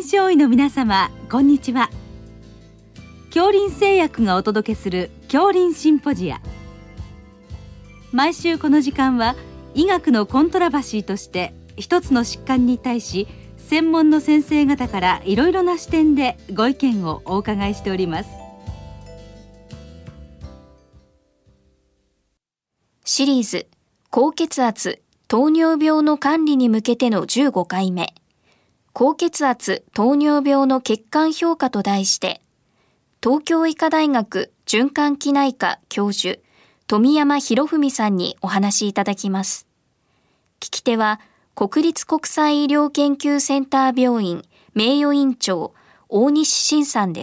西大井の皆様、こんにちは。杏林製薬がお届けする杏林シンポジア。毎週この時間は医学のコントラバシーとして一つの疾患に対し専門の先生方からいろいろな視点でご意見をお伺いしております。 シリーズ高血圧・糖尿病の管理に向けての15回目、高血圧・糖尿病の血管評価と題して、東京医科大学循環器内科教授富山博文さんにお話しいただきます。聞き手は国立国際医療研究センター病院名誉院長大西晋さんです。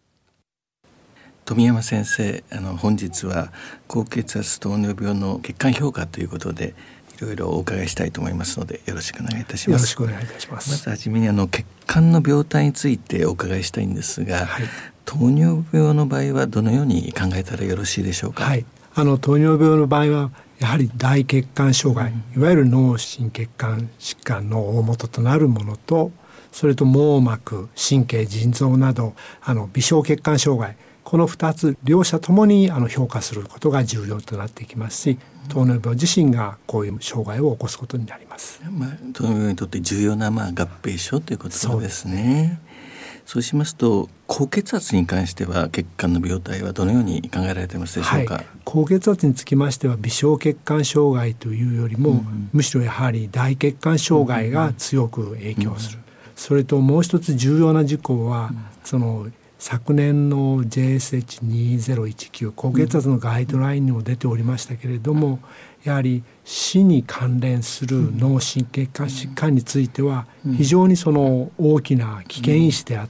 富山先生、本日は高血圧糖尿病の血管評価ということでいろいろお伺いしたいと思いますので、よろしくお願いいたします。 よろしくお願いいたします。 まずはじめに血管の病態についてお伺いしたいんですが、はい、糖尿病の場合はどのように考えたらよろしいでしょうか。 はい、糖尿病の場合はやはり大血管障害、いわゆる脳心血管疾患の大元となるものと、それと網膜、神経、腎臓など微小血管障害、この2つ両者ともに評価することが重要となってきますし、糖尿病自身がこういう障害を起こすことになります。 糖尿病にとって重要な合併症ということですね。そうしますと高血圧に関しては血管の病態はどのように考えられていますでしょうか。 はい、高血圧につきましては微小血管障害というよりも、むしろやはり大血管障害が強く影響する。それともう一つ重要な事項は、昨年の JSH2019 高血圧のガイドラインにも出ておりましたけれども、やはり死に関連する脳心血管疾患については非常に大きな危険因子であって、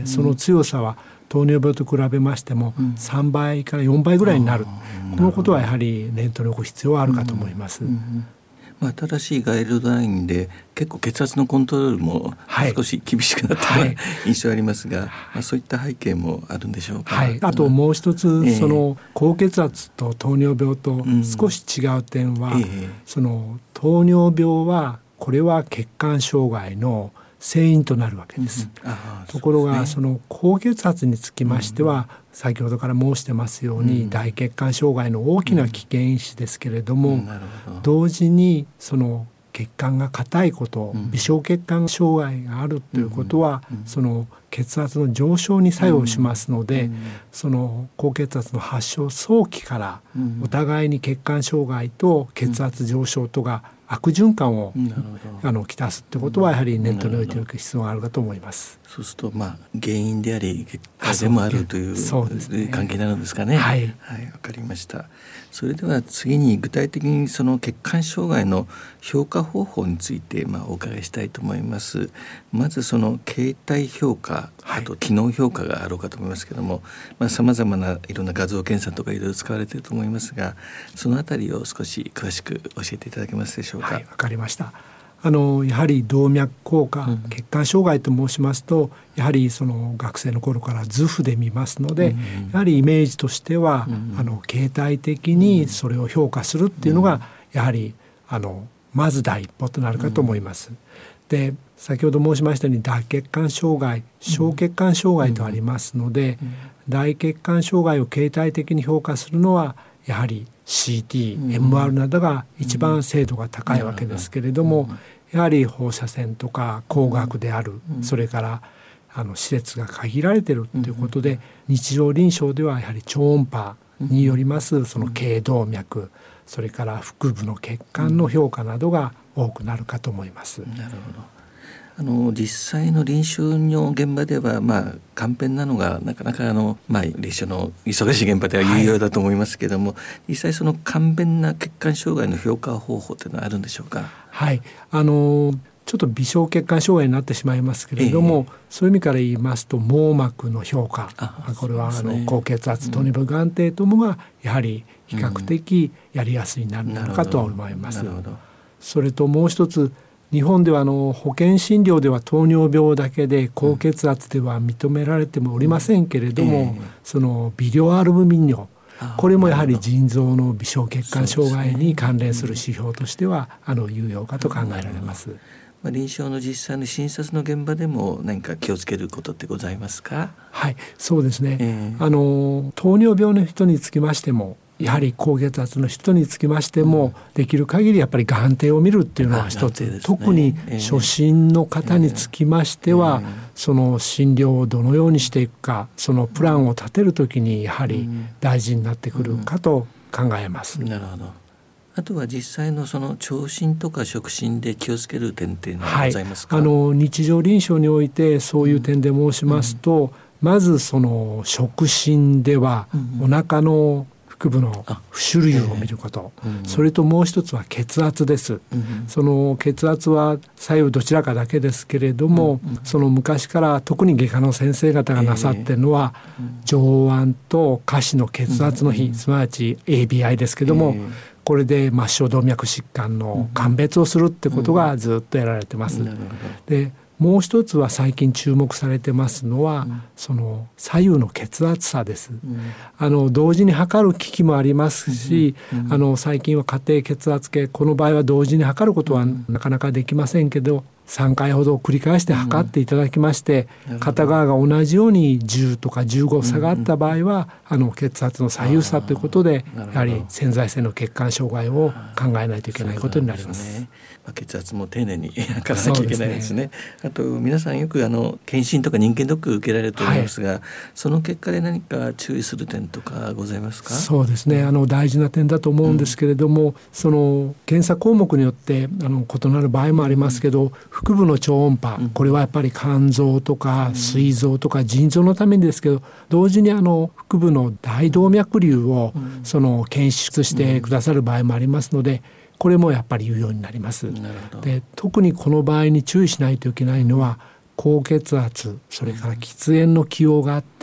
その強さは糖尿病と比べましても3倍から4倍ぐらいになる。このことはやはり念頭に置く必要はあるかと思います。 新しいガイドラインで結構血圧のコントロールも少し厳しくなった印象ありますが、そういった背景もあるんでしょうか。 はい、あともう一つ、高血圧と糖尿病と少し違う点は、糖尿病はこれは血管障害の成因となるわけです。ところが高血圧につきましては、先ほどから申してますように、大血管障害の大きな危険因子ですけれども、同時に血管が硬いこと、微小血管障害があるということは、血圧の上昇に作用しますので、高血圧の発症早期からお互いに血管障害と血圧上昇とが悪循環をきたすということはやはり念頭に置いておく必要があるかと思います。 そうすると原因であり結果でもあるという関係になるんですかね。はい、わかりました。それでは次に具体的に血管障害の評価方法についてお伺いしたいと思います。まず形態評価、あと機能評価があろうかと思いますけども、さまざまないろんな画像検査とかいろいろ使われていると思いますが、そのあたりを少し詳しく教えていただけますでしょうか。 はい、わかりました。やはり動脈硬化、血管障害と申しますと、やはり学生の頃から図譜で見ますので、やはりイメージとしては、形態的にそれを評価するっていうのがやはりまず第一歩となるかと思います。で、先ほど申しましたように大血管障害、小血管障害とありますので、大血管障害を形態的に評価するのはやはり CT、MR などが一番精度が高いわけですけれども、やはり放射線とか光学である、それから施設が限られているということで、日常臨床ではやはり超音波によります頸動脈、それから腹部の血管の評価などが多くなるかと思います。 なるほど。実際の臨床の現場では簡便なのがなかなか臨床の忙しい現場では有用だと思いますけれども、実際簡便な血管障害の評価方法というのはあるんでしょうか。 はい、ちょっと微小血管障害になってしまいますけれども、そういう意味から言いますと網膜の評価、これは高血圧、糖尿病、眼底ともがやはり比較的やりやすいなるのかとは思います。それともう一つ、日本では保険診療では糖尿病だけで高血圧では認められてもおりませんけれども、微量アルブミン尿、これもやはり腎臓の微小血管障害に関連する指標としては有用かと考えられます。 臨床の実際の診察の現場でも何か気をつけることってございますか？ はい、そうですね、糖尿病の人につきましてもやはり高血圧の人につきましても、できる限りやっぱり眼底を見るっていうのは一つ、特に初診の方につきましては、その診療をどのようにしていくか、そのプランを立てるときにやはり大事になってくるかと考えます。 なるほど。あとは実際のその聴診とか触診で気をつける点っていうのはございますか？ 日常臨床においてそういう点で申しますと、まずその触診ではお腹の腹部の浮腫類を見ること、それともう一つは血圧です、その血圧は左右どちらかだけですけれども、その昔から特に外科の先生方がなさっているのは、上腕と下肢の血圧の比、すなわち ABI ですけども、これで末梢動脈疾患の鑑別をするってことがずっとやられてます。でもう一つは最近注目されてますのは、その左右の血圧差です、同時に測る機器もありますし、最近は家庭血圧計、この場合は同時に測ることはなかなかできませんけど、3回ほど繰り返して測っていただきまして、片側が同じように10とか15差があった場合は、血圧の左右差ということで、やはり潜在性の血管障害を考えないといけないことになります。 血圧も丁寧に測らなきゃいけないですね。あと皆さんよく検診とか人間ドック受けられると思いますが、その結果で何か注意する点とかございますか？ そうですね、大事な点だと思うんですけれども、その検査項目によって異なる場合もありますけど、腹部の超音波、これはやっぱり肝臓とか膵臓とか腎臓のためにですけど、同時に腹部の大動脈瘤を検出してくださる場合もありますので、これもやっぱり有用になります。で特にこの場合に注意しないといけないのは、高血圧、それから喫煙の既往があって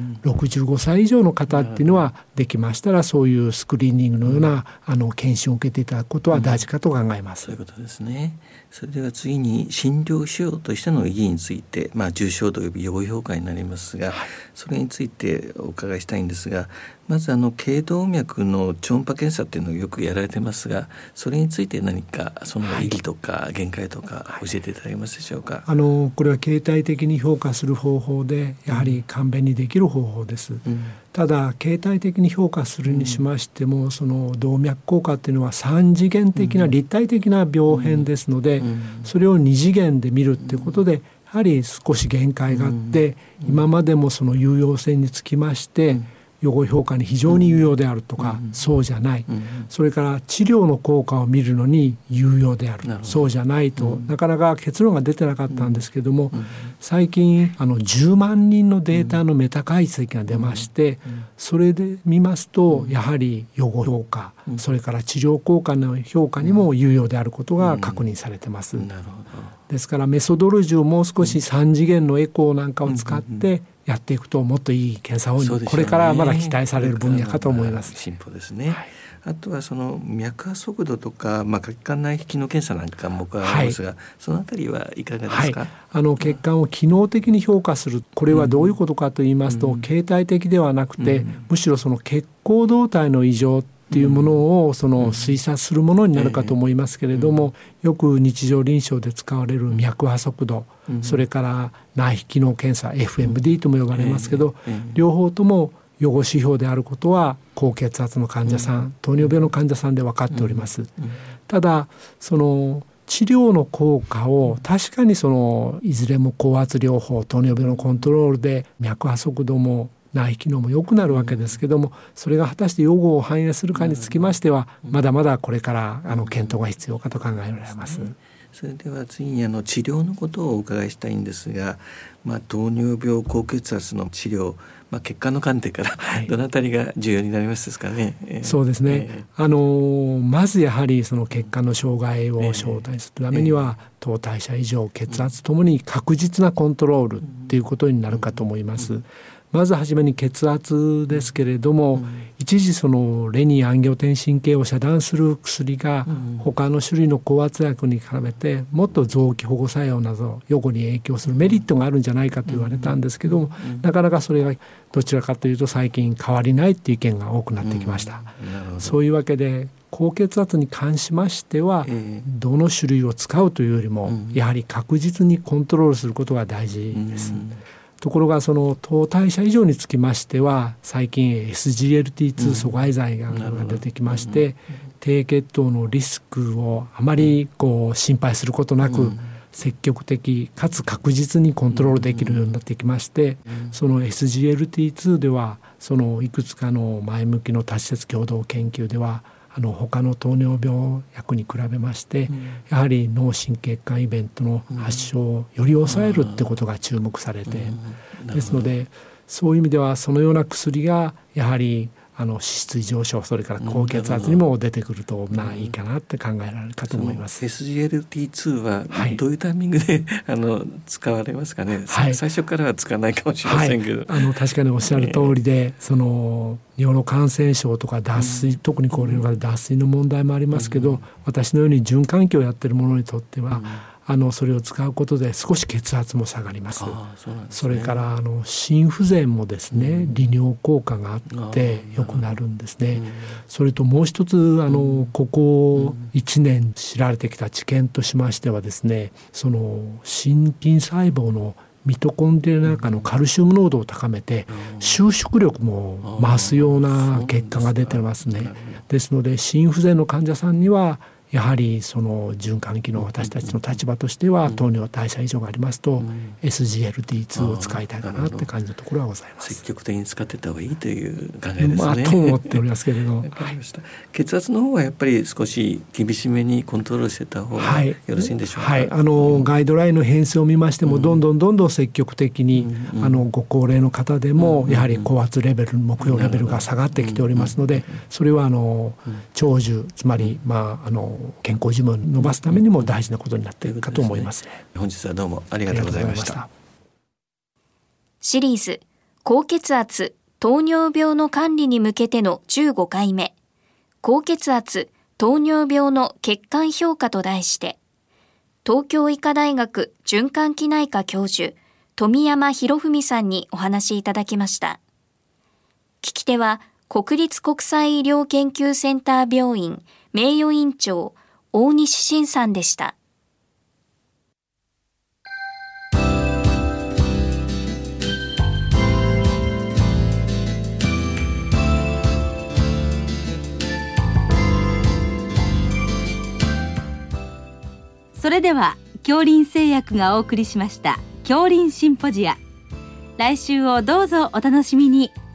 、65歳以上の方っていうのはできましたら、そういうスクリーニングのような検診を受けていただくことは大事かと考えます。 そういうことですね。それでは次に診療費用としての意義について、重症度及び予後評価になりますが、それについてお伺いしたいんですが、まず頸動脈の超音波検査っていうのをよくやられてますが、それについて何かその意義とか限界とか教えていただけますでしょうか？ これは形態的に評価する方法で、やはり簡便にできる方法です、ただ形態的に評価するにしましても、その動脈硬化っていうのは3次元的な立体的な病変ですので、それを2次元で見るっていうことで、やはり少し限界があって、今までもその有用性につきまして予後評価に非常に有用であるとか、そうじゃない、それから治療の効果を見るのに有用である、そうじゃないと、なかなか結論が出てなかったんですけども、最近10万人のデータのメタ解析が出まして、それで見ますとやはり予後評価、それから治療効果の評価にも有用であることが確認されてます。ですからメソドロジーをもう少し3次元のエコーなんかを使ってやっていくと、もっといい検査を、これからまだ期待される分野かと思います。 進歩ですね。あとはその脈波速度とか、血管内引きの検査なんかもありますが、そのあたりはいかがですか？ 血管を機能的に評価する、これはどういうことかと言いますと、形態的ではなくて、むしろその血行動態の異常っていうものを推察するものになるかと思いますけれども、よく日常臨床で使われる脈波速度、それから内引きの検査 FMD とも呼ばれますけど、両方とも予後指標であることは高血圧の患者さん、糖尿病の患者さんで分かっております。ただその治療の効果を確かにいずれも高圧療法、糖尿病のコントロールで脈波速度も内機能も良くなるわけですけども、それが果たして予後を反映するかにつきましては、まだまだこれから検討が必要かと考えられます。 それでは次に治療のことをお伺いしたいんですが、糖尿病高血圧の治療、血管の観点からどのあたりが重要になりますですかね？ そうですね、まずやはりその血管の障害を正体するためには、糖代謝異常、血圧ともに確実なコントロールっていうことになるかと思います。まずはじめに血圧ですけれども、一時レニンアンギオテンシン系を遮断する薬が他の種類の高圧薬に比べてもっと臓器保護作用など予後に影響するメリットがあるんじゃないかと言われたんですけども、なかなかそれがどちらかというと最近変わりないっていう意見が多くなってきました。そういうわけで高血圧に関しましては、どの種類を使うというよりも、やはり確実にコントロールすることが大事です。ところがその糖代謝異常につきましては、最近 SGLT2 阻害剤が出てきまして、低血糖のリスクをあまり心配することなく、積極的かつ確実にコントロールできるようになってきまして、その SGLT2 では、そのいくつかの前向きの多施設共同研究では、他の糖尿病薬に比べまして、やはり脳神経管イベントの発症をより抑えるってことが注目されて、ですのでそういう意味ではそのような薬がやはり脂質異常症、それから高血圧にも出てくるといいかなって考えられるかと思います。 SGLT2 はどういうタイミングで、使われますかね。最初からは使わないかもしれませんけど、 確かにおっしゃる通りで、その尿路感染症とか脱水、特に高齢の方脱水の問題もありますけど、私のように循環器をやっている者にとっては、それを使うことで少し血圧も下がります。そうなんですね。それから心不全もですね、利尿効果があって良くなるんですね。それともう一つここ1年知られてきた知見としましてはですね、その心筋細胞のミトコンドリアの中のカルシウム濃度を高めて収縮力も増すような結果が出てますね。ですので心不全の患者さんにはやはりその循環器の私たちの立場としては、糖尿代謝異常がありますと、SGLT2 を使いたいかなって感じのところはございます。 積極的に使っていった方がいいという考えですね。 と思っておりますけれど血圧の方はやっぱり少し厳しめにコントロールしていった方がよろしいんでしょうか。 ガイドラインの編成を見ましても、どんどん積極的に、ご高齢の方でもやはり高圧レベル、目標レベルが下がってきておりますので、それは長寿、つまり健康寿命を伸ばすためにも大事なことになっているかと思います。 本日はどうもありがとうございました。 シリーズ高血圧・糖尿病の管理に向けての15回目、高血圧・糖尿病の血管評価と題して、東京医科大学循環器内科教授富山博文さんにお話しいただきました。聞き手は国立国際医療研究センター病院名誉院長大西晋さんでした。 それでは杏林製薬がお送りしました杏林シンポジア、来週をどうぞお楽しみに。